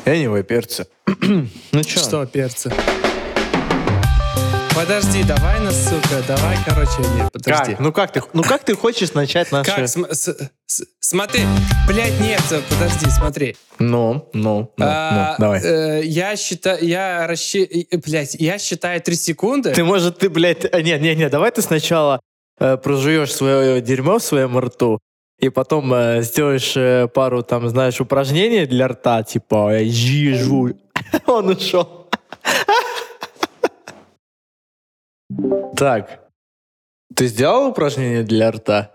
Anyway, перцы. Ну чё? Что, перцы? Подожди, давай нас, сука, давай, короче, нет, подожди. Как? Как ты хочешь начать наше... Как? Смотри, блядь, нет, подожди, смотри. Давай. Я считаю 3 секунды. Ты, блядь... Не, давай ты сначала прожуешь свое дерьмо в своем рту, и потом сделаешь пару, там, знаешь, упражнений для рта, типа, жу. Он ушел. Так. Ты сделал упражнение для рта?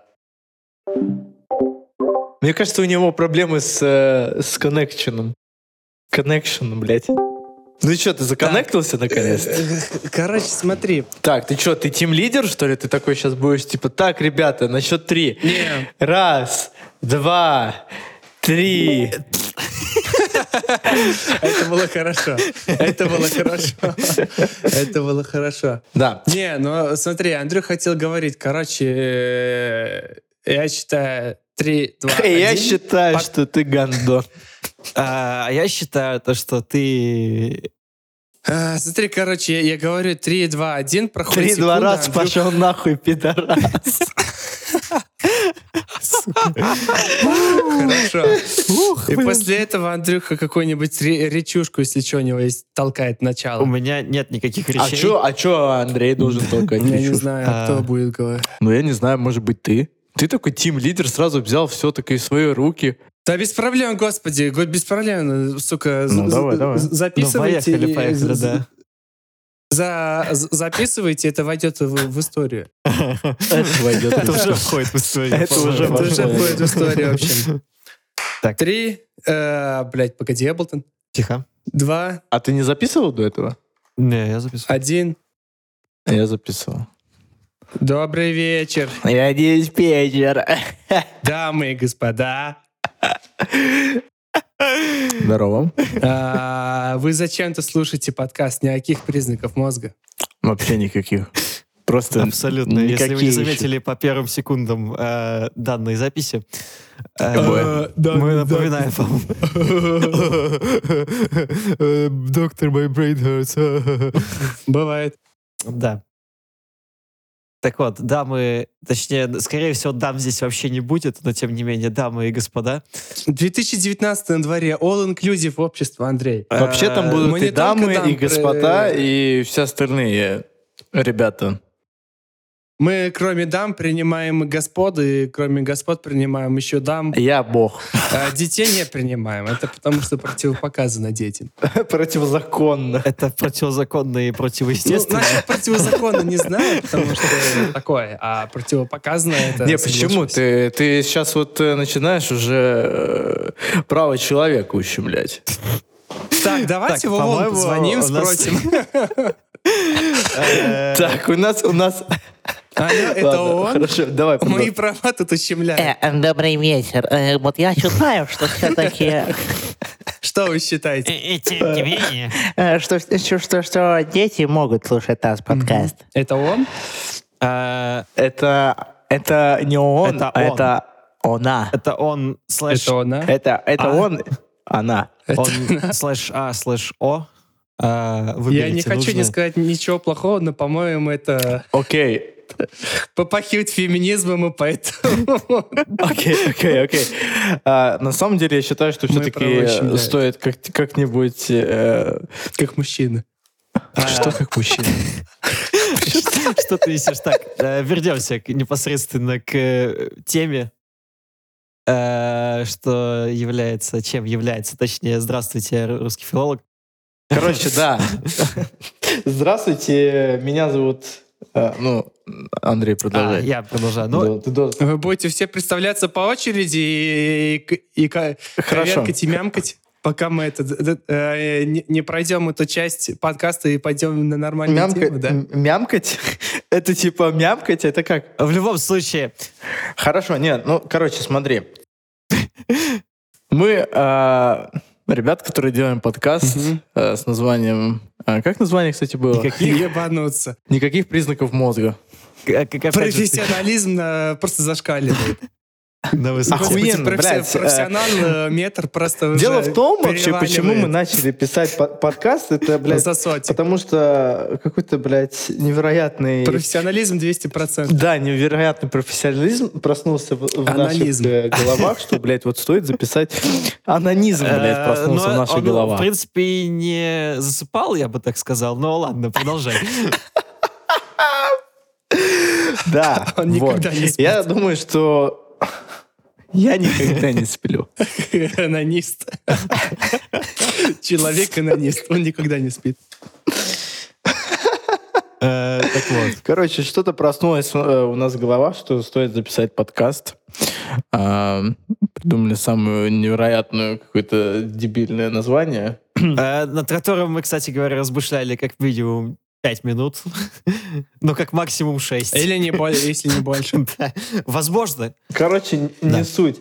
Мне кажется, у него проблемы с коннекшеном. Коннекшеном, блядь. Ну что, ты законнектился наконец-то? Короче, смотри. Так, ты что, ты тим-лидер, что ли? Ты такой сейчас будешь, типа, так, ребята, на счет 3. Не. 1, 2, 3. Это было хорошо. Да. Не, ну смотри, Андрей хотел говорить, короче, я считаю 3, 2, 1. Я считаю, что ты гандон. А я считаю то, что ты... Смотри, короче, я говорю 3, 2, 1, проходит 3-2 раз пошел нахуй, пидорас. Хорошо. И после этого Андрюха какую-нибудь речушку, если что у него есть, толкает начало. У меня нет никаких речей. А чё Андрей должен толкать? Я не знаю, кто будет говорить. Ну, я не знаю, может быть, ты? Ты такой тим-лидер, сразу взял все таки в свои руки. Да без проблем, господи, без проблем, сука. Ну, давай. Записывайте. Поехали, да. Записывайте, это войдет в историю. Это уже входит в историю. Это уже входит в историю, в общем. Так. 3, блядь, погоди, Эблтон. Тихо. 2. А ты не записывал до этого? Не, я записывал. 1. Я записывал. Добрый вечер, Я надеюсь, вечер. дамы и господа. Здорово. Вы зачем-то слушаете подкаст «Никаких признаков мозга». Вообще никаких. Просто абсолютно. Если вы не никакие заметили по первым секундам данной записи, Какое? мы напоминаем вам. Доктор, my brain hurts. Бывает. Да. Так вот, дамы, точнее, скорее всего, дам здесь вообще не будет, но тем не менее, дамы и господа. 2019 на дворе, all-inclusive общество, Андрей. Вообще там будут Мы и не только дамы, и господа, и все остальные ребята. Мы, кроме дам, принимаем и господ, и кроме господ принимаем еще дам. Я бог. Детей не принимаем. Это потому, что противопоказано детям. Противозаконно. Это противозаконно и противоестественно. Ну, насчет противозаконно не знаю, потому что такое. А противопоказано это... Не, почему? Ты сейчас вот начинаешь уже право человека ущемлять. Так, давайте Так, Вову по-моему, позвоним, у нас- спросим. Так, у нас... Алло, это Ладно, он? Хорошо, давай. Мои права тут ущемляют. Добрый вечер. Вот я считаю, что все-таки... Что вы считаете? И тем не менее. Что дети могут слушать нас подкаст. Это он? Это не он, Это а он. это она. Это он слэш... Это он, а? Это он, она. Он слэш А, слэш О. Я не хочу не сказать ничего плохого, но, по-моему, это Окей. попахивает феминизмом, и поэтому... Окей. На самом деле, я считаю, что Мои все-таки права ущемляют. стоит как-нибудь... Как мужчина. Что как мужчина? Что ты несешь? Так, вернемся непосредственно к теме, что является... Чем является? Точнее, здравствуйте, русский филолог. Короче, да. Здравствуйте, меня зовут... Андрей, продолжай. Я продолжаю. Ну, Ты должен- Вы будете все представляться по очереди и коверкать и мямкать, пока мы не пройдем эту часть подкаста и пойдем на нормальную тему, да? Мямкать? Это типа мямкать? Это как? в любом случае, Хорошо, нет, короче, смотри. Мы, ребят, которые делаем подкаст с названием... как название, кстати, было? Ебануться. Никаких признаков мозга. как опять же, Профессионализм просто зашкаливает. На высоте. Охуенно, блядь. Профессионал метр просто Дело уже в том, вообще, почему мы переваливает. начали писать подкаст, это, блядь, Засотик. потому что какой-то, блядь, невероятный... Профессионализм 200%. Да, невероятный профессионализм проснулся в Анонизм. наших головах, что, блядь, вот стоит записать... Анонизм, блядь, проснулся в наших Он, в головах. принципе, и не засыпал, я бы так сказал. Но ладно, продолжай. Да, Он вот. никогда не спит. Я думаю, что я никогда не сплю. Анонист. Человек-анонист. Он никогда не спит. Так вот. Короче, что-то проснулось у нас в головах, что стоит записать подкаст. Придумали самую невероятную какое-то дебильное название. Над которым мы, кстати говоря, размышляли как минимум 5 минут, но как максимум 6. Или не более, если не больше. Да. Возможно. Короче, не суть.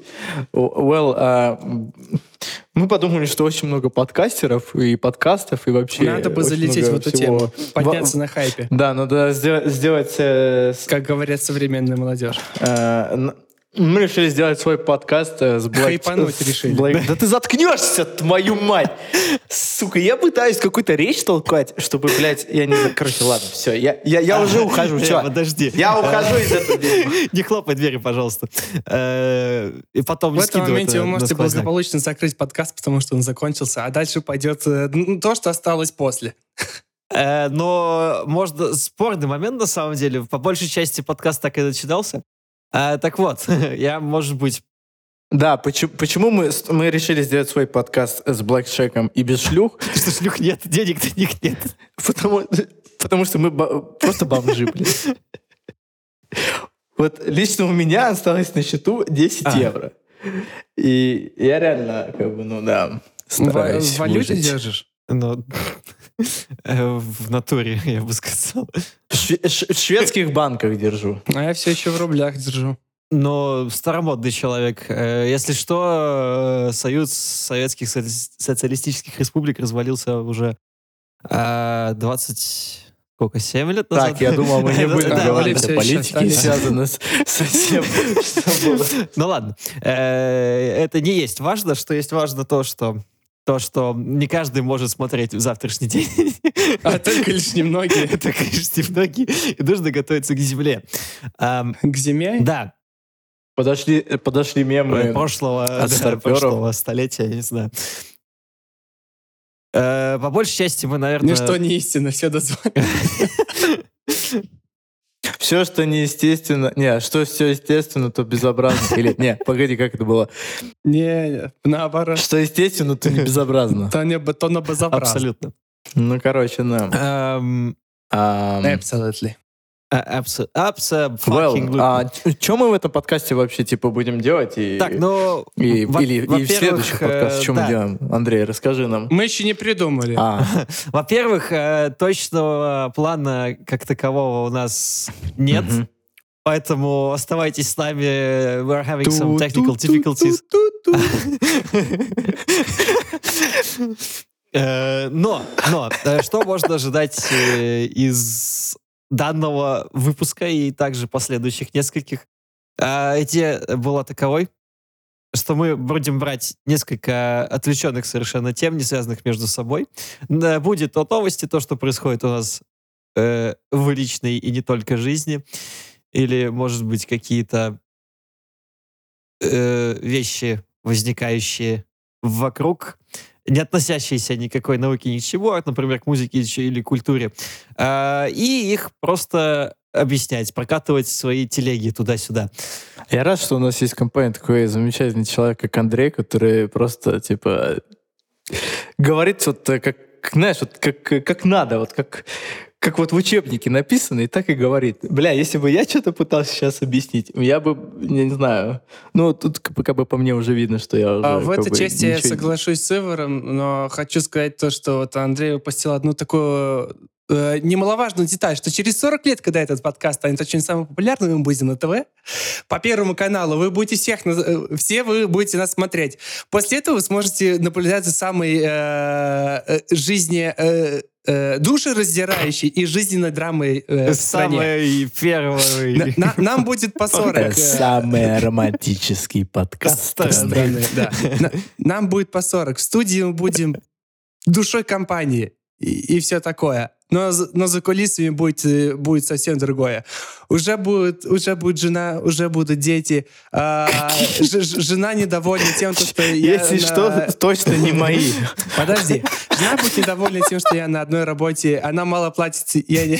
Мы подумали, что очень много подкастеров и подкастов, и вообще... Надо бы очень залететь в много эту всего. тему. Подняться на хайпе. Да, надо сделать... Как говорят современная молодежь. Мы решили сделать свой подкаст с Black... Хайпануть решили. Да ты заткнешься, твою мать! Сука, я пытаюсь какую-то речь толкать, чтобы, блядь, я не... Короче, ладно, все, я уже ухожу, все. Подожди. Я ухожу из этого дерьма. Не хлопай дверью, пожалуйста. И потом В не этом скидывай моменте это вы на можете сквозняк. благополучно закрыть подкаст, потому что он закончился, а дальше пойдет то, что осталось после. Но можно... Спорный момент, на самом деле. По большей части подкаст так и начинался. Так вот, я, может быть... Да, почему мы решили сделать свой подкаст с блэкшеком и без шлюх? Что шлюх нет, денег на них нет. Потому что мы просто бомжи, блин. Вот лично у меня осталось на счету 10 евро. И я реально, как бы, ну да, стараюсь В валюте выжить. держишь? Но в натуре, я бы сказал. В шведских банках держу. А я все еще в рублях держу. Но старомодный человек. Если что, Союз Советских Социалистических Республик развалился уже 27 лет назад. Так, я думал, мы не будем Да, говорить все о еще политике, остались. связано с тем, что было. Ну ладно. Это не есть важно. Что есть важно то, что не каждый может смотреть в завтрашний день. А только лишь немногие. Только лишь немногие. И нужно готовиться к земле. К зиме? Да. Подошли мемы. Прошлого столетия, я не знаю. По большей части мы, наверное... Ничто не истина, все дозволено. Все, что неестественно... Не, что все естественно, то безобразно. Или, не, погоди, как это было? Не, наоборот. Что естественно, то не безобразно. То на безобразно. Абсолютно. Ну, короче, да. Absolutely. Что мы в этом подкасте вообще, типа, будем делать? Так, ну... И в следующий подкаст, что мы делаем? Андрей, расскажи нам. Мы еще не придумали. Во-первых, точного плана как такового у нас нет. Поэтому оставайтесь с нами. We're having some technical difficulties. Но что можно ожидать из данного выпуска и также последующих нескольких? Идея была таковой, что мы будем брать несколько отвлеченных совершенно тем, не связанных между собой. Будет от новости, то, что происходит у нас в личной и не только жизни, или, может быть, какие-то вещи, возникающие вокруг, не относящиеся никакой науке ни к чему, например, к музыке или культуре, и их просто объяснять, прокатывать свои телеги туда-сюда. Я рад, что у нас есть компания, такой замечательный человек, как Андрей, который просто, типа, говорит вот как, знаешь, вот как надо, вот как вот в учебнике написано, и так и говорит. Бля, если бы я что-то пытался сейчас объяснить, я бы, не знаю, ну, тут как бы по мне уже видно, что я уже... В этой части я соглашусь с Иваром, но хочу сказать то, что вот Андрей упустил одну такую немаловажную деталь, что через 40 лет, когда этот подкаст станет очень самым популярным, мы будем на ТВ, по Первому каналу, вы будете все вы будете нас смотреть. После этого вы сможете наблюдать за самой душераздирающей и жизненной драмой в стране. Самый первый. Нам будет по 40. Самый романтический подкаст. Да. Нам будет по 40. В студии мы будем душой компании и все такое. Но за кулисами будет совсем другое. Уже будет жена, уже будут дети. Жена недовольна тем, что я... Если что, точно не мои. Подожди. Жена будет недовольна тем, что я на одной работе. Она мало платит, и я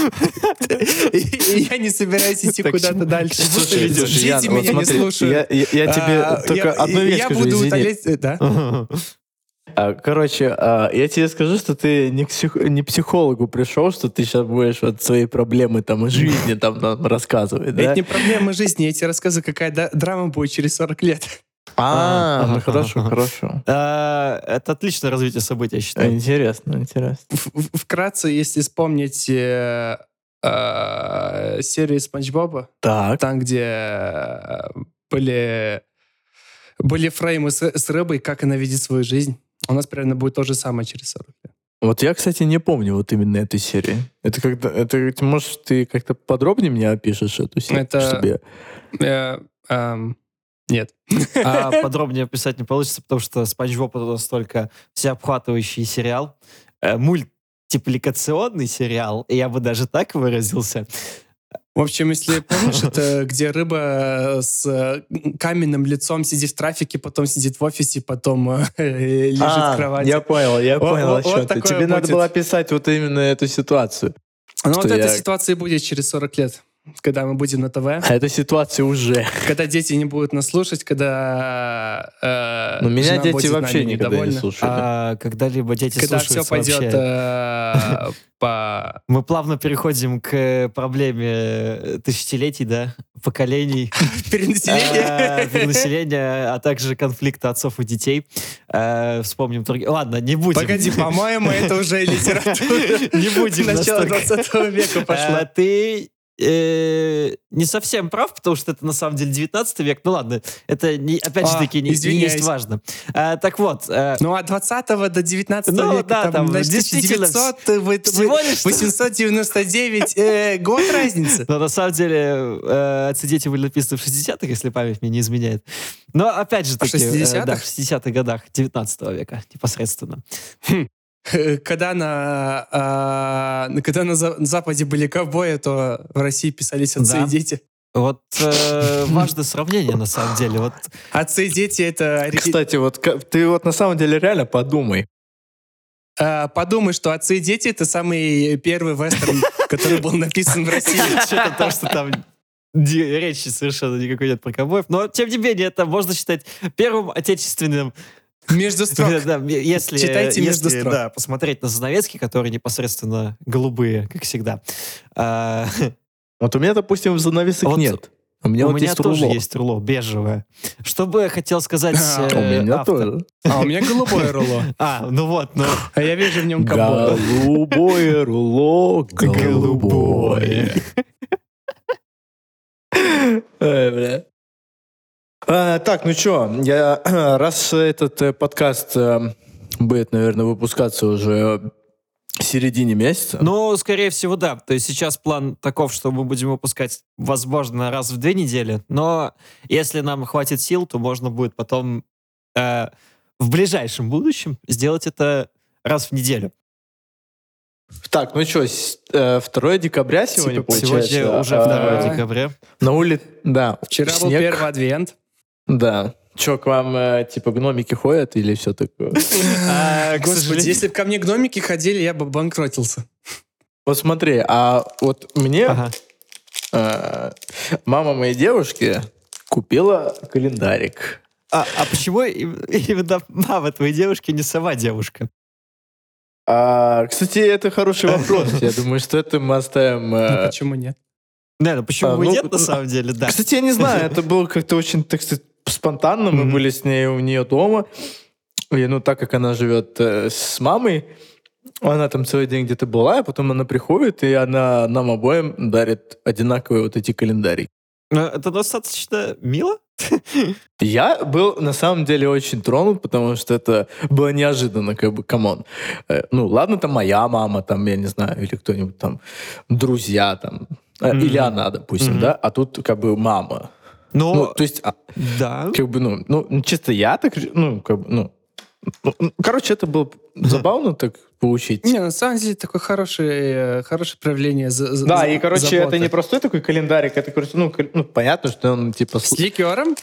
не собираюсь идти куда-то дальше. Слушай, дети меня не слушают. Я тебе только одну вещь скажу, Я буду извини. утолять... Да? Короче, я тебе скажу, что ты не к психологу пришел, что ты сейчас будешь вот свои проблемы там и жизни там нам рассказывать, да? Это не проблемы жизни, я тебе рассказываю, какая драма будет через 40 лет. Ну хорошо. Это отличное развитие событий, я считаю. Интересно. Вкратце, если вспомнить серию Спанч Боба, Так. там, где были фреймы с рыбой, как она видит свою жизнь, у нас примерно будет то же самое через 40 лет. Вот я, кстати, не помню вот именно эту серию. Может, ты как-то подробнее мне опишешь эту серию? Нет. А подробнее описать не получится, потому что Спанч Боб — это настолько всеобхватывающий сериал, мультипликационный сериал, и я бы даже так выразился. В общем, если помнишь, это где рыба с каменным лицом сидит в трафике, потом сидит в офисе, потом лежит в кровати. Я понял, о чем ты. такое Тебе надо будет. было описать вот именно эту ситуацию. Ну вот эта ситуация будет через 40 лет, когда мы будем на ТВ. А эта ситуация уже. Когда дети не будут нас слушать, когда меня жена дети будет вообще нами никогда не недовольна. слушают. А когда-либо дети Когда все слушаются пойдет вообще. по... Мы плавно переходим к проблеме тысячелетий, да, поколений. Перенаселения, а также конфликта отцов и детей. Вспомним другие. Ладно, не будем. Погоди, по-моему, это уже литература. Не будем. Начало 20 века пошло. Ты не совсем прав, потому что это на самом деле 19 век. Ну ладно, это опять же таки не есть важно. Так вот. Ну от 20 до 19 века, да, там, значит, действительно, 899 год разницы. Но на самом деле «Отцы и дети» были написаны в 60-х, если память мне не изменяет. Но опять же таки, в 60-х годах 19 века непосредственно. Когда на Западе были ковбои, то в России писались отцы и дети. Вот важное сравнение, на самом деле. Вот. Отцы и дети — это... Кстати, вот ты вот на самом деле реально подумай. Подумай, что «Отцы и дети» — это самый первый вестерн, который был написан в России. Что-то то, что там речи совершенно никакой нет про ковбоев. Но, тем не менее, это можно считать первым отечественным... Между строк. Читайте между строк. Да, посмотреть на занавески, которые непосредственно голубые, как всегда. Вот у меня, допустим, занавесок нет. У меня тоже есть руло, бежевое. Что бы я хотел сказать у меня тоже. У меня голубое руло. Ну вот. А я вижу в нем ковбоя. Голубое руло, голубое. Бля. Так, ну что, раз этот подкаст будет, наверное, выпускаться уже в середине месяца. Ну, скорее всего, да. То есть сейчас план таков, что мы будем выпускать, возможно, раз в 2 недели. Но если нам хватит сил, то можно будет потом в ближайшем будущем сделать это раз в неделю. Так, ну что, 2 декабря сегодня, получается? Сегодня уже 2 декабря. На улице, да. Вчера был первый адвент. Да. Че, к вам, гномики ходят или все такое? Господи, если бы ко мне гномики ходили, я бы банкротился. Вот смотри, а вот мне мама моей девушки купила календарик. А почему именно мама твоей девушки, не сама девушка? Кстати, это хороший вопрос. Я думаю, что это мы оставим... Почему нет? Да, почему бы нет, на самом деле, да. Кстати, я не знаю, это было как-то очень, так сказать, спонтанно. Мы были с ней у нее дома. И, так как она живет с мамой, Она там целый день где-то была, а потом она приходит, и она нам обоим дарит одинаковые вот эти календари. Это достаточно мило. Я был на самом деле очень тронут, потому что это было неожиданно, как бы, камон. Ну, ладно, там моя мама, там, я не знаю, или кто-нибудь там, друзья там, или она, допустим, да, а тут как бы мама. Но, Ну, то есть, да. как бы, ну, чисто я так, ну, как бы, короче, это было забавно так получить. Не, на самом деле, такое хорошее проявление Да, и, короче, заботы. это не простой такой календарик, это, короче, ну, понятно, что он, типа... С ликером?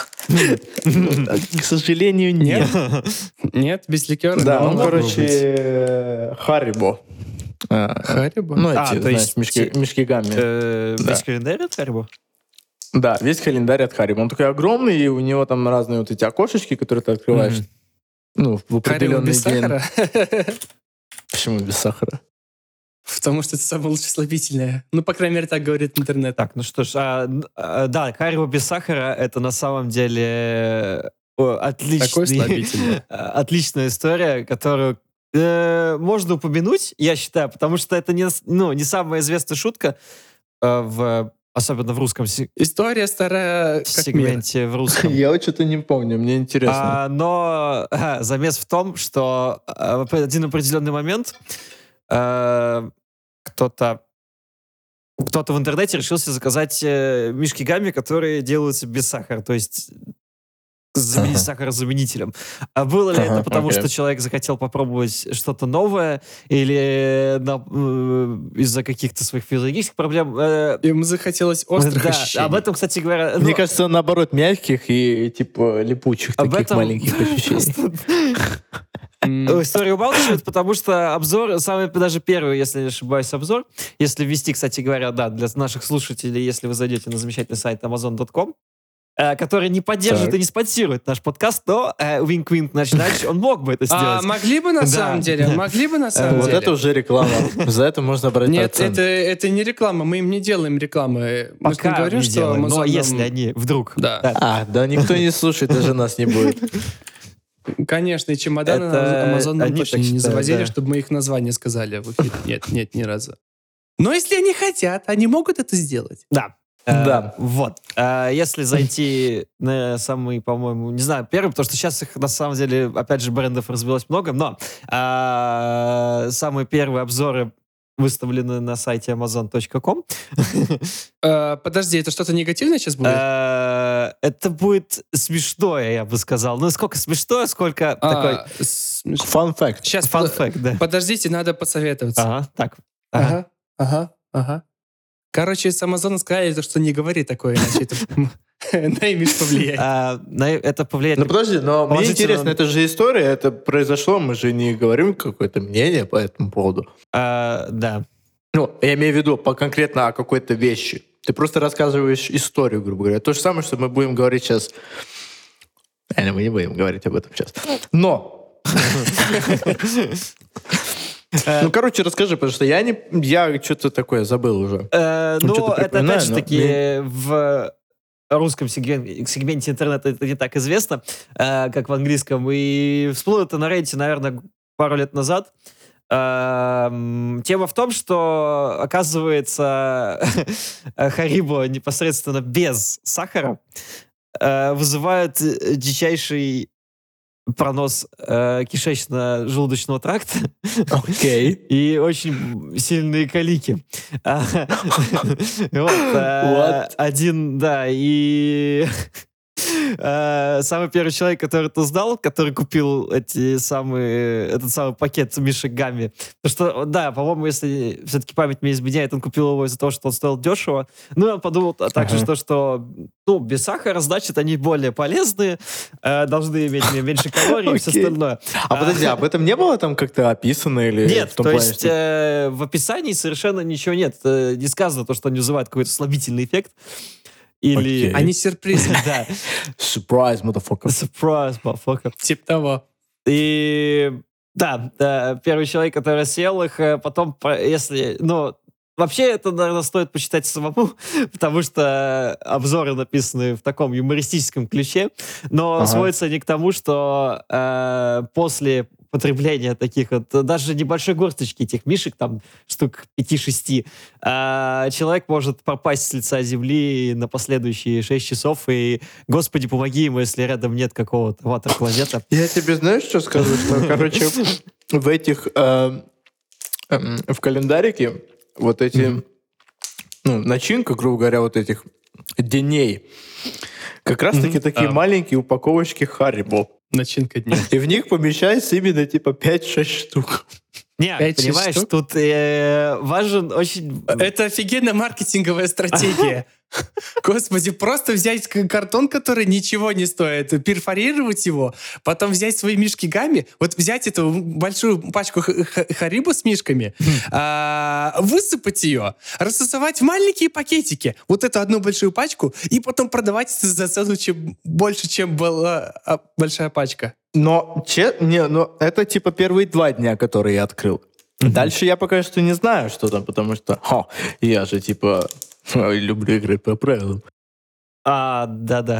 К сожалению, нет. Нет, без ликера. Да, но он, мог бы быть. короче, Харибо. Харибо? Ну, А, эти, то знаешь, есть мешки гамми. Весь календарь от Харибо? Да, весь календарь от Харибо. Он такой огромный, и у него там разные вот эти окошечки, которые ты открываешь. Ну, в Харибо определенный без день. сахара? Почему без сахара? Потому что это самое лучшее слабительное. Ну, по крайней мере, так говорит интернет. Так, ну что ж, да, Харибо без сахара — это на самом деле Такое слабительное. отличная история, которую можно упомянуть, я считаю, потому что это не самая известная шутка, особенно в русском История старая, как мир. сегменте, в русском. Я вот что-то не помню, мне интересно. Но замес в том, что в один определенный момент кто-то в интернете решился заказать мишки гамми, которые делаются без сахара, то есть заменить сахарозаменителем. А было ли это потому, окей. что человек захотел попробовать что-то новое, или из-за каких-то своих физиологических проблем? Ему захотелось острых Да, ощущений. об этом, кстати говоря... Мне кажется, он, наоборот, мягких и, типа, липучих об таких этом маленьких ощущений. История умалчивает, потому что обзор, самый даже первый, если не ошибаюсь, обзор, если ввести, кстати говоря, да, для наших слушателей, если вы зайдете на замечательный сайт amazon.com, который не поддерживает и не спонсирует наш подкаст, но wink-wink, нач-нач, он мог бы это сделать. Могли бы на Да. самом деле, могли бы на самом Вот деле. это уже реклама. За это можно брать Нет, процент. это не реклама, мы им не делаем рекламы. Мы же Пока не говорим, не что делаем, но Amazon нам- если они вдруг... Да. Да никто не слушает, даже нас не будет. Конечно, и чемоданы Это Amazon нам они точно так не считают, завозили, да. чтобы мы их название сказали в эфире. Нет, ни разу. Но если они хотят, они могут это сделать. Да. Да. Вот. Если зайти на самый, по-моему, не знаю, первый, потому что сейчас их, на самом деле, опять же, брендов развилось много, но самые первые обзоры выставлены на сайте amazon.com. Подожди, это что-то негативное сейчас будет? Это будет смешное, я бы сказал. Ну, сколько смешное, сколько такой Fun fact. Сейчас, фан-факт, да. подождите, надо посоветоваться. Ага, так. Ага. Ага. Короче, с Амазона сказали, что не говори такое, иначе это на имидж повлияет. Это повлияет... Ну подожди, но мне Положительно. интересно, это же история, это произошло, мы же не говорим какое-то мнение по этому поводу. Да. Ну, я имею в виду конкретно о какой-то вещи. Ты просто рассказываешь историю, грубо говоря. То же самое, что мы будем говорить сейчас... Мы не будем говорить об этом сейчас. Но! Ну, короче, расскажи, потому что я что-то такое забыл уже. Ну, что-то это припоминаю, опять же но таки в русском сегменте интернета это не так известно, как в английском. И всплыло это на Reddit, наверное, пару лет назад. Тема в том, что, оказывается, Харибо непосредственно без сахара вызывает дичайший пронос кишечно-желудочного тракта Окей. и очень сильные колики. What? Один, да, и самый первый человек, который это знал, который купил этот самый пакет Мишек Гамми. Потому что, да, по-моему, если все-таки память мне изменяет, он купил его из-за того, что он стоил дешево. Ну, и он подумал также, что без сахара, значит, они более полезные, должны иметь меньше калорий и все Окей. остальное. А подожди, об этом не было там как-то описано или Нет, в том то плане, есть что- в описании совершенно ничего нет. Не сказано то, что они вызывают какой-то слабительный эффект. Или... Окей. Они сюрпризы. Да. Surprise, motherfucker. Surprise, motherfucker. Типа того. И да, первый человек, который съел их, потом, если... Ну, вообще это, наверное, стоит почитать самому, потому что обзоры написаны в таком юмористическом ключе, но сводятся они к тому, что после потребления таких вот, даже небольшой горсточки этих мишек, там штук 5-6, человек может пропасть с лица земли на последующие 6 часов, и, Господи, помоги ему, если рядом нет какого-то ватер-клозета. Я тебе знаешь, что скажу? Что, короче, в этих... в календарике вот эти... Ну, начинка, грубо говоря, вот этих дней, как раз-таки такие маленькие упаковочки Харибо. Начинка дня. И в них помещается именно типа 5-6 штук. Не, 5-6 понимаешь, штук? тут важен очень... Это офигенная маркетинговая стратегия. Господи, просто взять картон, который ничего не стоит, перфорировать его, потом взять свои мишки гамми, вот взять эту большую пачку Харибо с мишками, высыпать ее, рассосовать в маленькие пакетики, вот эту одну большую пачку, и потом продавать это за цену больше, чем была большая пачка. Но, но это типа первые 2 дня, которые я открыл. Дальше я пока что не знаю, что там, потому что я же типа люблю играть по правилам. Да-да.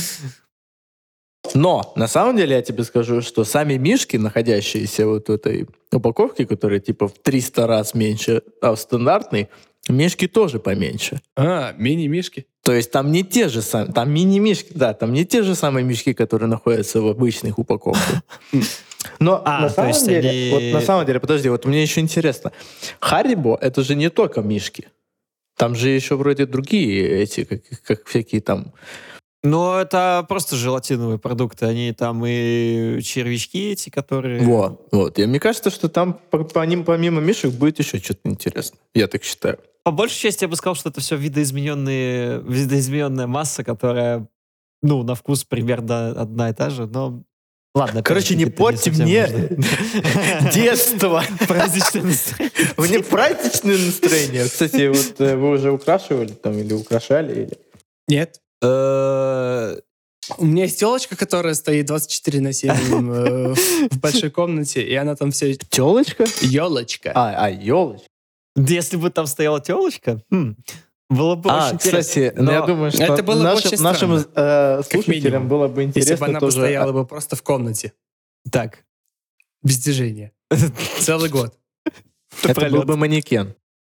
Но, на самом деле, я тебе скажу, что сами мишки, находящиеся вот в этой упаковке, которая типа в 300 раз меньше стандартной, мишки тоже поменьше. Мини-мишки. То есть там не те же самые, там мини-мишки, да, там не те же самые мишки, которые находятся в обычных упаковках. Но на самом деле, подожди, вот мне еще интересно. Харибо — это же не только мишки. Там же еще вроде другие эти, как всякие там... Но это просто желатиновые продукты. Они там и червячки эти, которые... Вот. И мне кажется, что там помимо мишек будет еще что-то интересное. Я так считаю. По большей части я бы сказал, что это все видоизмененная масса, которая, ну, на вкус примерно одна и та же, но... Ладно. Короче, не портьте мне детство. Праздничное настроение. Мне праздничное настроение. Кстати, вот вы уже украшивали там или украшали? Или... Нет. У меня есть телочка, которая стоит 24/7 в большой комнате, и она там все... Телочка? Елочка. Елочка. Если бы там стояла телочка, было бы очень интересно. Кстати, я думаю, что это было бы очень нашим странно, слушателям было бы интересно если бы она тоже... постояла бы просто в комнате. Так. Без движения. Целый год. Это был бы манекен.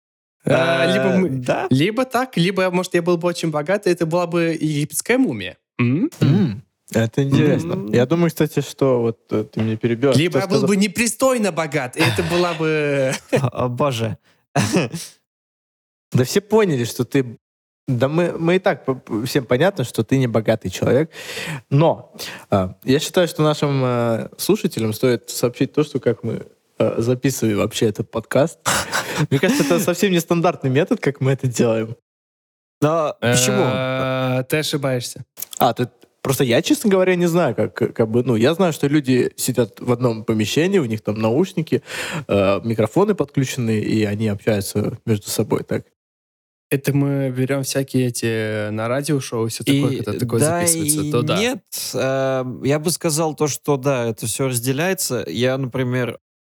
Либо так, либо, может, я был бы очень богат, и это была бы египетская мумия. Это интересно. Я думаю, кстати, что вот ты мне перебьешь. Либо я был бы непристойно богат, и это была бы... О, боже. Да все поняли, что ты... Да мы и так всем понятно, что ты не богатый человек. Но я считаю, что нашим слушателям стоит сообщить то, что как мы записываем вообще этот подкаст. Мне кажется, это совсем не стандартный метод, как мы это делаем. Но почему? Ты ошибаешься. Просто я, честно говоря, не знаю, как бы, ну, я знаю, что люди сидят в одном помещении, у них там наушники, микрофоны подключены, и они общаются между собой, так? Это мы берем всякие эти на радиошоу, все такое, когда такое записывается, то да. Нет, я бы сказал то, что да, это все разделяется. Я, например,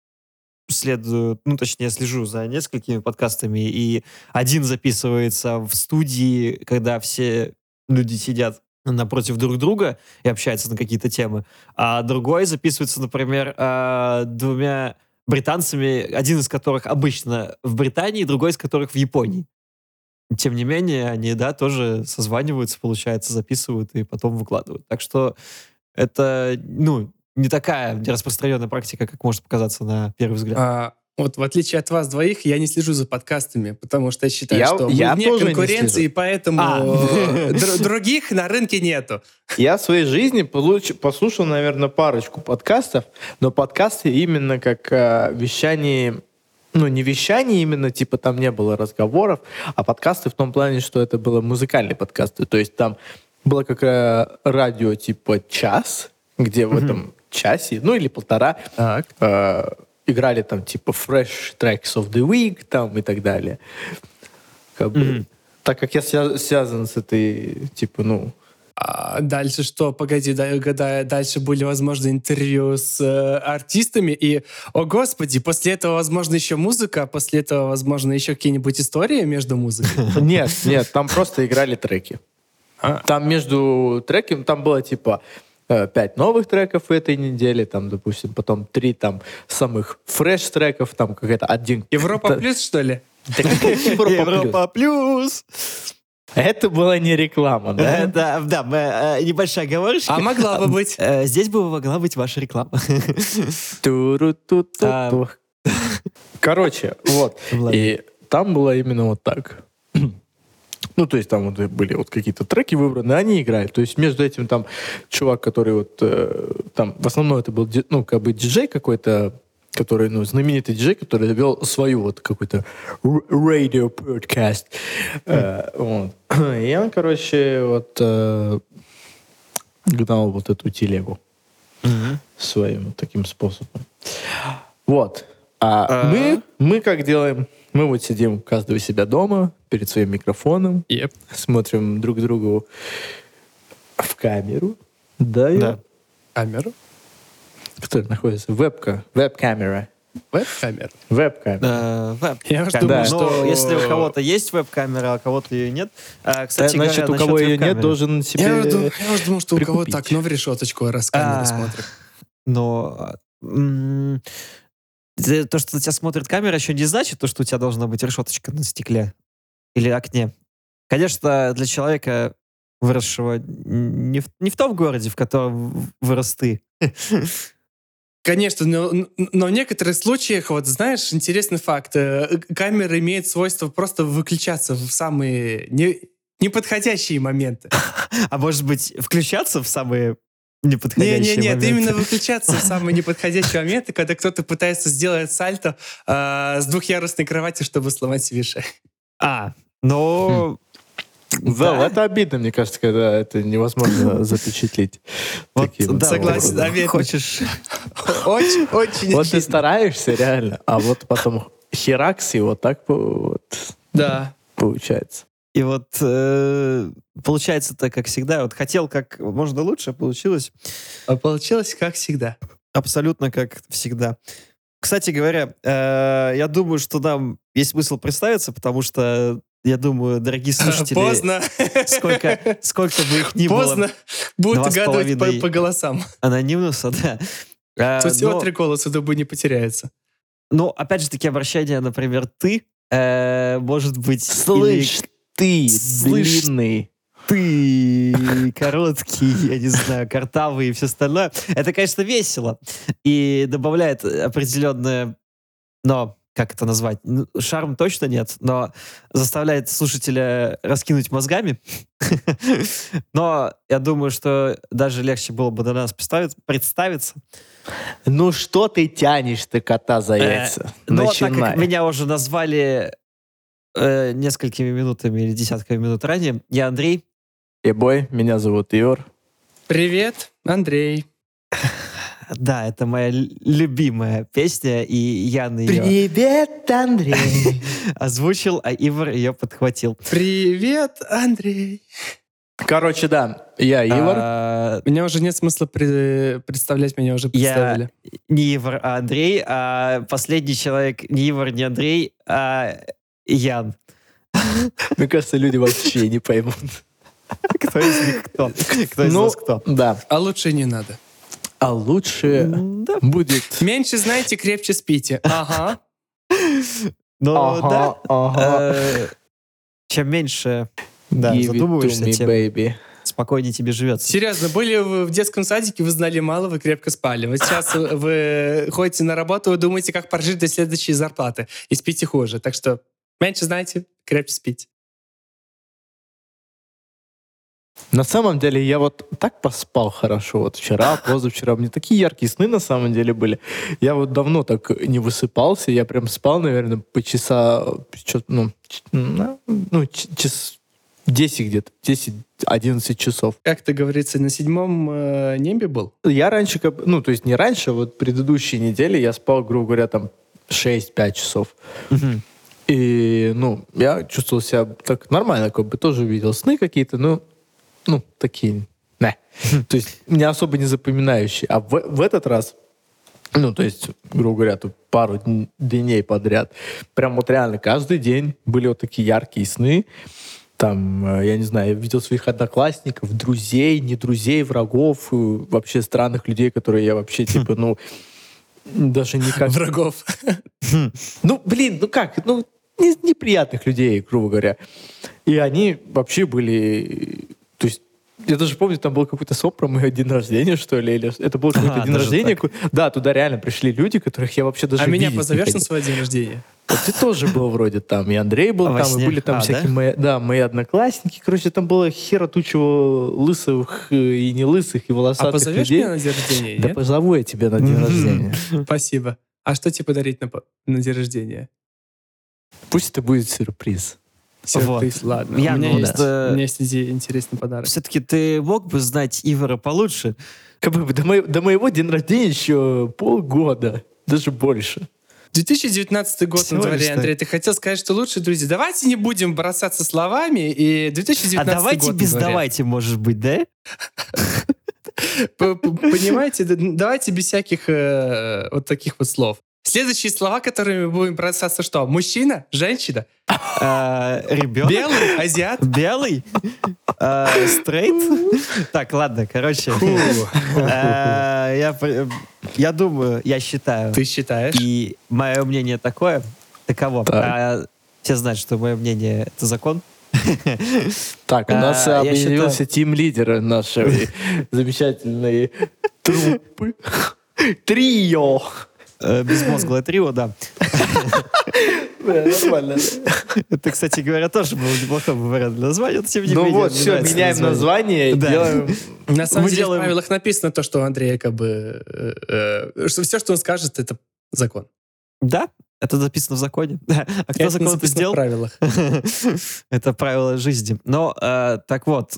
слежу за несколькими подкастами, и один записывается в студии, когда все люди сидят напротив друг друга и общаются на какие-то темы, а другой записывается, например, 2 британцами, один из которых обычно в Британии, другой из которых в Японии. Тем не менее, они, да, тоже созваниваются, получается, записывают и потом выкладывают. Так что это, не такая распространенная практика, как может показаться на первый взгляд. Вот в отличие от вас двоих, я не слежу за подкастами, потому что я считаю, что мы я вне тоже конкуренции, поэтому других на рынке нету. Я в своей жизни послушал, наверное, парочку подкастов, но подкасты именно как вещание... Ну, не вещание именно, типа там не было разговоров, а подкасты в том плане, что это было музыкальные подкасты. То есть там было как радио типа час, где в этом часе, ну или 1,5, играли там типа Fresh Tracks of the Week там и так далее. Как бы, так как я связан с этой, типа, А дальше что? Погоди, дальше были, возможно, интервью с артистами, и, о господи, после этого, возможно, еще музыка, а после этого, возможно, еще какие-нибудь истории между музыкой? Нет, там просто играли треки. Там между треками, там было типа 5 новых треков этой недели, там, допустим, потом 3 там самых фреш-треков, там какая-то один... Европа плюс, что ли? Да какая Европа плюс? Европа плюс! Это была не реклама, да? Да, небольшая оговорочка. А могла бы быть. Здесь бы могла быть ваша реклама. Туру-ту-ту-ту. Короче, вот. Ладно. И там было именно вот так. Ну, то есть там вот были вот какие-то треки выбраны, они играли. То есть между этим там чувак, который вот там, в основном это был, ну, как бы диджей какой-то, который, ну, знаменитый диджей, который вел свою вот какой-то radio podcast. Вот. И он, короче, вот гнал вот эту телегу своим таким способом. Вот. А мы как делаем? Мы вот сидим каждый у себя дома перед своим микрофоном, смотрим друг другу в камеру. Да. Камеру? Которая находится веб-камера. Веб-камера? Веб-камера. Я уж Да. думаю, Но что... если у кого-то есть веб-камера, а у кого-то ее нет... Кстати говоря, Значит, у насчет кого ее нет, веб-камеры. должен себе... Я уж думал, что у кого прикупить. так, но в решеточку раз камеру смотрим. Но то, что на тебя смотрит камера, еще не значит, то, что у тебя должна быть решеточка на стекле или окне. Конечно, для человека, выросшего не в том городе, в котором вырос ты. Конечно, но в некоторых случаях, вот знаешь, интересный факт, камера имеет свойство просто выключаться в самые неподходящие моменты. А может быть, включаться в самые неподходящие Нет, моменты? именно выключаться в самые неподходящие моменты, когда кто-то пытается сделать сальто с двухъярусной кровати, чтобы сломать себе шею. Ну... Да, это обидно, мне кажется, когда это невозможно запечатлеть. Вот, Таким вот да, согласен, образом. обидно. Хочешь... Очень, очень Вот ты обидно. стараешься, реально, а вот потом херакс, и вот так вот Да. получается. И вот получается-то, как всегда, вот хотел как можно лучше, получилось А получилось как всегда. абсолютно как всегда. Кстати говоря, я думаю, что нам есть смысл представиться, потому что, я думаю, дорогие слушатели, Поздно. сколько бы их ни было Поздно. Будут 2,5 угадывать по голосам. анонимуса, да. Тут всего Но- 3 голоса, дубы не потеряется. Но, опять же таки, обращение, например, ты, может быть... Слышь, ты Слышь, длинный. ты короткий, я не знаю, картавый и все остальное. Это, конечно, весело. И добавляет определенное, но, как это назвать? Ну, шарм точно нет, но заставляет слушателя раскинуть мозгами. Но я думаю, что даже легче было бы до нас представиться. Ну что ты тянешь, ты кота за яйца? Но так как Начинай. меня уже назвали несколькими минутами или десятками минут ранее, я Андрей. Ебой, меня зовут Егор. Привет, Андрей. Да, это моя любимая песня, и Ян ее Привет, Андрей. озвучил, а Ивар ее подхватил. Привет, Андрей. Короче, да, я Ивар. Меня уже нет смысла представлять, меня уже Я представили. не Ивар, а Андрей, а последний человек не Ивар, не Андрей, а Ян. Мне кажется, люди вообще не поймут. Кто из них кто? Кто из Ну, нас кто? да. А лучше не надо. А лучше Да. будет... Меньше знаете, крепче спите. Ага. Но да, ага. чем меньше да, Give it to задумываешься, me, тем baby. спокойнее тебе живется. Серьезно, были вы в детском садике, вы знали мало, вы крепко спали. Вот сейчас вы ходите на работу, вы думаете, как прожить до следующей зарплаты. И спите хуже. Так что меньше знаете, крепче спите. На самом деле, я вот так поспал хорошо. Вот вчера, позавчера. У меня такие яркие сны на самом деле были. Я вот давно так не высыпался. Я прям спал, наверное, по часа... час 10 где-то. 10-11 часов. Как ты, говорится, на 7-м небе был? Я раньше, ну, то есть не раньше, а вот предыдущие недели я спал, грубо говоря, там 6-5 часов. Мгм. И, ну, я чувствовал себя так нормально, как бы тоже видел сны какие-то, ну, такие, то есть не особо не запоминающие. А в этот раз, ну, то есть, грубо говоря, тут пару дней подряд, прям вот реально каждый день были вот такие яркие сны. Там, я не знаю, я видел своих одноклассников, друзей, не друзей, врагов, вообще странных людей, которые я вообще, типа, ну, даже никак... Врагов. Ну, блин, ну как, ну, неприятных людей, грубо говоря. И они вообще были... То есть, я даже помню, там был какой-то СОП про мой день рождения, что ли, или это был какой-то день даже рождения. так. Да, туда реально пришли люди, которых я вообще даже А меня видеть не позовешь на хотел. свой день рождения? Вот ты тоже был вроде там, и Андрей был Во там, сне? и были там всякие мои одноклассники. Короче, там было хера тучего лысых и не лысых, и А волосатых позовешь людей. меня на день рождения, Да нет? позову я тебя на день рождения. Спасибо. А что тебе подарить на день рождения? Пусть это будет сюрприз. Сюрприз, ладно. Я, у меня ну, есть, да. у меня есть интересный подарок. Все-таки ты мог бы знать Ивара получше. Как бы до моего дня рождения еще полгода, даже больше. 2019 год Всего на дворе, лишь так. Андрей. Ты хотел сказать, что лучше, друзья. Давайте не будем бросаться словами. И 2019 А давайте год на без дворе. «давайте», может быть, да? Понимаете, давайте без всяких вот таких вот слов. Следующие слова, которыми мы будем бросаться, что? Мужчина? Женщина? Ребенок? Белый? Азиат? Белый? Стрейт? Так, ладно, короче. Я думаю, я считаю, Ты считаешь? и мое мнение таково. Так. Все знают, что мое мнение — это закон. Так, у нас я объявился тим-лидер нашей замечательной труппы. Трио. Безмозглое трио, да. Бля, нормально. Это, кстати говоря, тоже было неплохой вариант для названия. но тем не Ну менее, вот, мне все, нравится меняем название и Да. делаем... На самом Мы деле делаем- в правилах написано то, что у Андрея как бы... что все, что он скажет, это закон. Да, это записано в законе. А кто Это закон это записано в сделал? правилах. Это правило жизни. Но, так вот,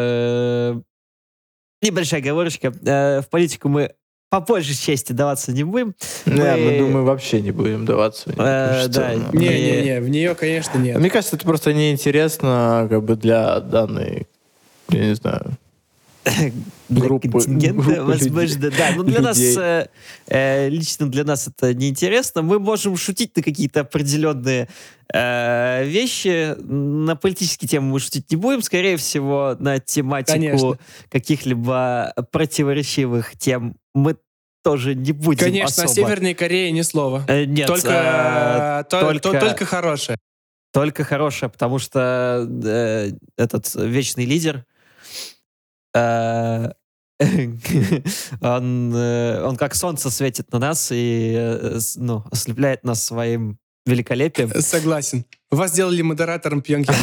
небольшая оговорочка. В политику мы по большей части даваться не будем. Я думаю, вообще не будем даваться. в нее, потому что, да. ну, Не-не-не, в нее, конечно, нет. Мне кажется, это просто неинтересно как бы для данной, я не знаю, Для группы контингента, возможно, людей. да. Но для нас, Людей. лично для нас это неинтересно. Мы можем шутить на какие-то определенные вещи. На политические темы мы шутить не будем. Скорее всего, на тематику Конечно. каких-либо противоречивых тем мы тоже не будем Конечно, особо. о Северной Корее ни слова. Нет, Только хорошее. только хорошее, потому что этот вечный лидер, он как солнце светит на нас и ослепляет нас своим великолепием. Согласен. Вас сделали модератором Пьонgyang.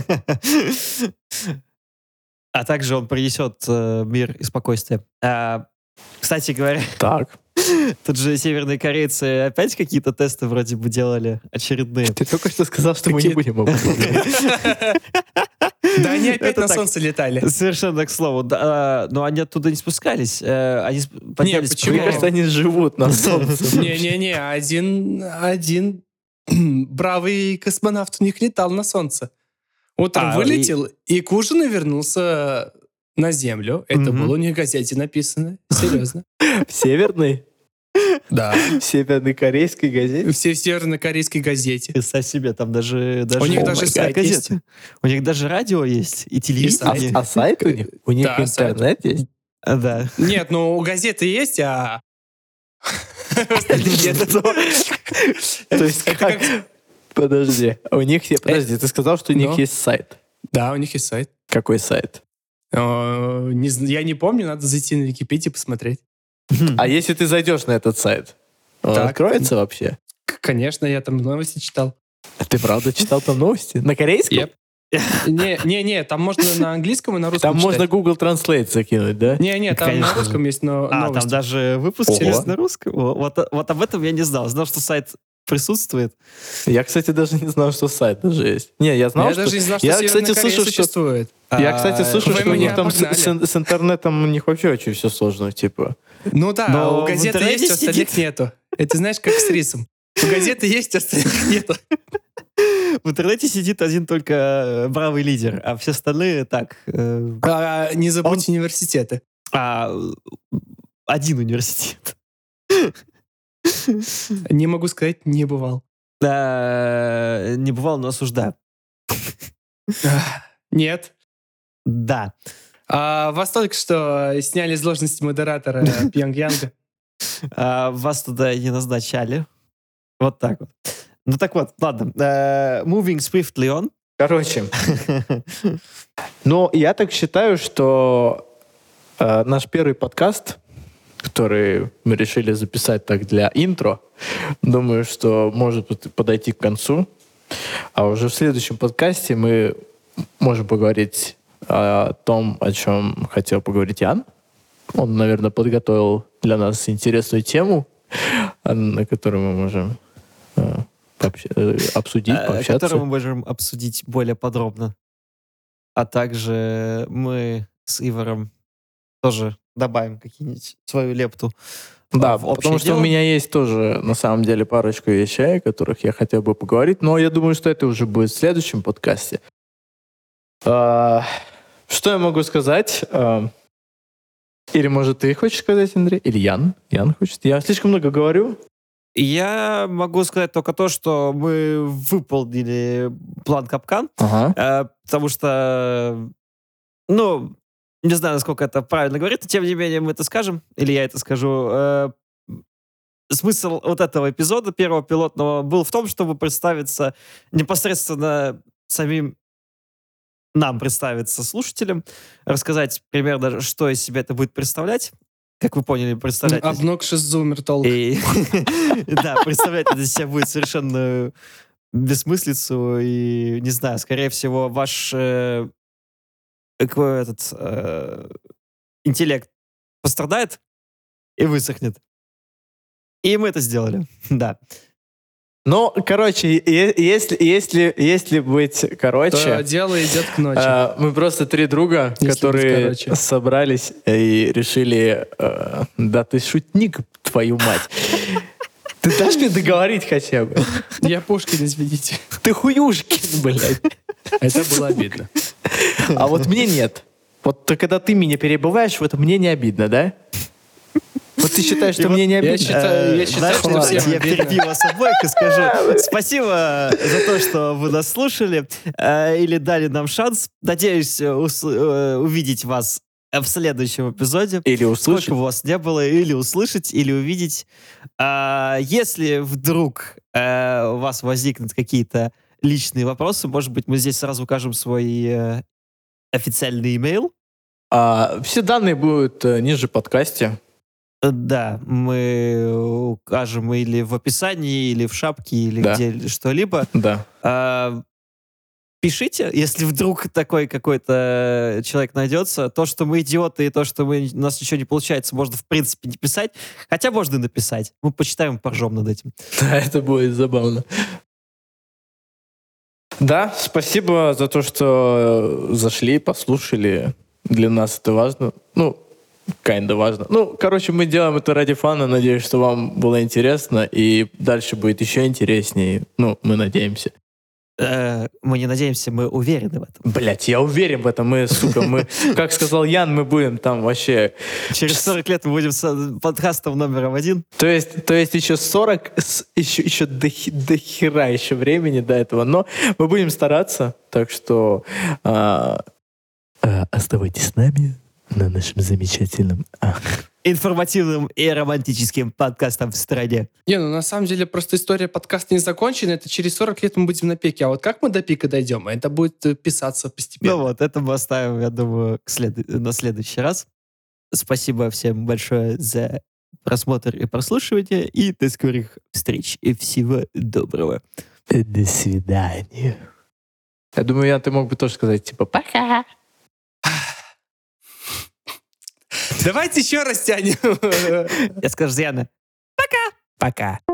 А также он принесет мир и спокойствие. Кстати говоря, Так. тут же северные корейцы опять какие-то тесты вроде бы делали очередные. Ты только что сказал, что мы не Какие- будем об этом говорить. Да они опять Это на так. солнце летали. Совершенно к слову. Да, но они оттуда не спускались. Они поднялись почему? Мне кажется, они живут на солнце. Не-не-не, один бравый космонавт у них летал на солнце. Утром А, вылетел и к ужину вернулся на Землю. Это Мгм. было у них в газете написано. Серьезно. В северной? Да. В северно-корейской газете? В северно-корейской газете. Представь себе, там даже У них О даже май сайт газеты. есть. У них даже радио есть и телевидение. А сайт у них? У них Да, сайт. интернет есть? Да. Нет, ну у газеты есть, а... Нет. То есть как? Подожди. У них есть... Подожди, ты сказал, что у них Ну? есть сайт. Да, у них есть сайт. Какой сайт? Я не помню, надо зайти на Википедию посмотреть. А если ты зайдешь на этот сайт, он Так. откроется вообще? Конечно, я там новости читал. Ты правда читал там новости? На корейском? Yep. Не, там можно на английском и на русском Там можно читать. Google Translate закинуть, да? Не, там Конечно на русском есть там новости. даже выпуск Ого. есть на русском. Вот об этом я не знал. Знал, что сайт присутствует. Я, кстати, даже не знал, что сайт даже есть. Не, я знал, Я что... даже не знал, что Я, Северная кстати, Корея слышал, что... существует. Я, кстати, слышал, вы что у них меня там обогнали. с интернетом у них вообще очень все сложно, типа. Ну да, Но у в газеты интернете есть, у остальных сидит. нету. Это знаешь, как с рисом. У газеты есть, у остальных нету. В интернете сидит один только бравый лидер, а все остальные так. Не забудь университеты. Один университет. Не могу сказать, не бывал. Не бывал, но осуждаю. Нет. Да. Вас только что сняли с должности модератора Пьонгянга. Вас туда не назначали. Вот так вот. Ну так вот, ладно. Moving swiftly on. Короче, ну, я так считаю, что наш первый подкаст, который мы решили записать так для интро, думаю, что может подойти к концу. А уже в следующем подкасте мы можем поговорить о том, о чем хотел поговорить Ян. Он, наверное, подготовил для нас интересную тему, на которую мы можем обсудить, пообщаться. Которую мы можем обсудить более подробно. А также мы с Ивором тоже добавим какие-нибудь свою лепту. Да, в общее потому что дело. у меня есть тоже, на самом деле, парочку вещей, о которых я хотел бы поговорить, но я думаю, что это уже будет в следующем подкасте. Что я могу сказать? Или, может, ты хочешь сказать, Андрей? Или Ян? Ян хочет? Я слишком много говорю? Я могу сказать только то, что мы выполнили план Капкан, Ага. потому что, ну, не знаю, насколько это правильно говорить, но тем не менее мы это скажем, или я это скажу. Смысл вот этого эпизода, первого пилотного, был в том, чтобы представиться непосредственно самим нам представиться слушателям, рассказать примерно, что из себя это будет представлять. Как вы поняли, представлять... Obnoxious Zoomer Talk. И, да, представлять это из себя будет совершенно бессмыслицу, и, не знаю, скорее всего, ваш интеллект пострадает и высохнет. И мы это сделали, да. Ну, короче, если быть короче... То дело идет к ночи. Мы просто три друга, Если которые быть короче. собрались и решили... Да ты шутник, твою мать. Ты дашь мне договорить хотя бы? Я Пушкин, извините. Ты хуюшкин, блядь. Это было обидно. А вот мне нет. Вот когда ты меня перебываешь, вот мне не обидно, да? Вот ты считаешь, что И мне вот не я обидно? считаю, Знаешь, что что, всем я обидно. перебью вас обоих и скажу спасибо за то, что вы нас слушали или дали нам шанс. Надеюсь увидеть вас в следующем эпизоде. Или услышать. Сколько бы вас не было, или услышать, или увидеть. Если вдруг у вас возникнут какие-то личные вопросы, может быть, мы здесь сразу укажем свой официальный имейл. Все данные будут ниже в подкасте. Да, мы укажем или в описании, или в шапке, или Да. где что-либо. Да. Пишите, если вдруг такой какой-то человек найдется. То, что мы идиоты, и то, что у нас ничего не получается, можно в принципе не писать. Хотя можно и написать. Мы почитаем, поржем над этим. Да, это будет забавно. Да, спасибо за то, что зашли, послушали. Для нас это важно. Ну, kinda важно. Ну, короче, мы делаем это ради фана. Надеюсь, что вам было интересно. И дальше будет еще интереснее. Ну, мы надеемся. Мы не надеемся, мы уверены в этом. Блять, я уверен в этом. Мы, как сказал Ян, мы будем там вообще... Через 40 лет мы будем с подкастом номером 1. То есть еще 40, еще до хера еще времени до этого. Но мы будем стараться. Так что оставайтесь с нами на нашем замечательном... Информативным и романтическим подкастом в стране. Не, ну на самом деле просто история подкаста не закончена. Это через 40 лет мы будем на пике. А вот как мы до пика дойдем? Это будет писаться постепенно. Ну вот, это мы оставим, я думаю, на следующий раз. Спасибо всем большое за просмотр и прослушивание. И до скорых встреч. И всего доброго. До свидания. Я думаю, Ян, ты мог бы тоже сказать, типа, пока. Давайте еще раз тянем. Я скажу, Яна. Пока.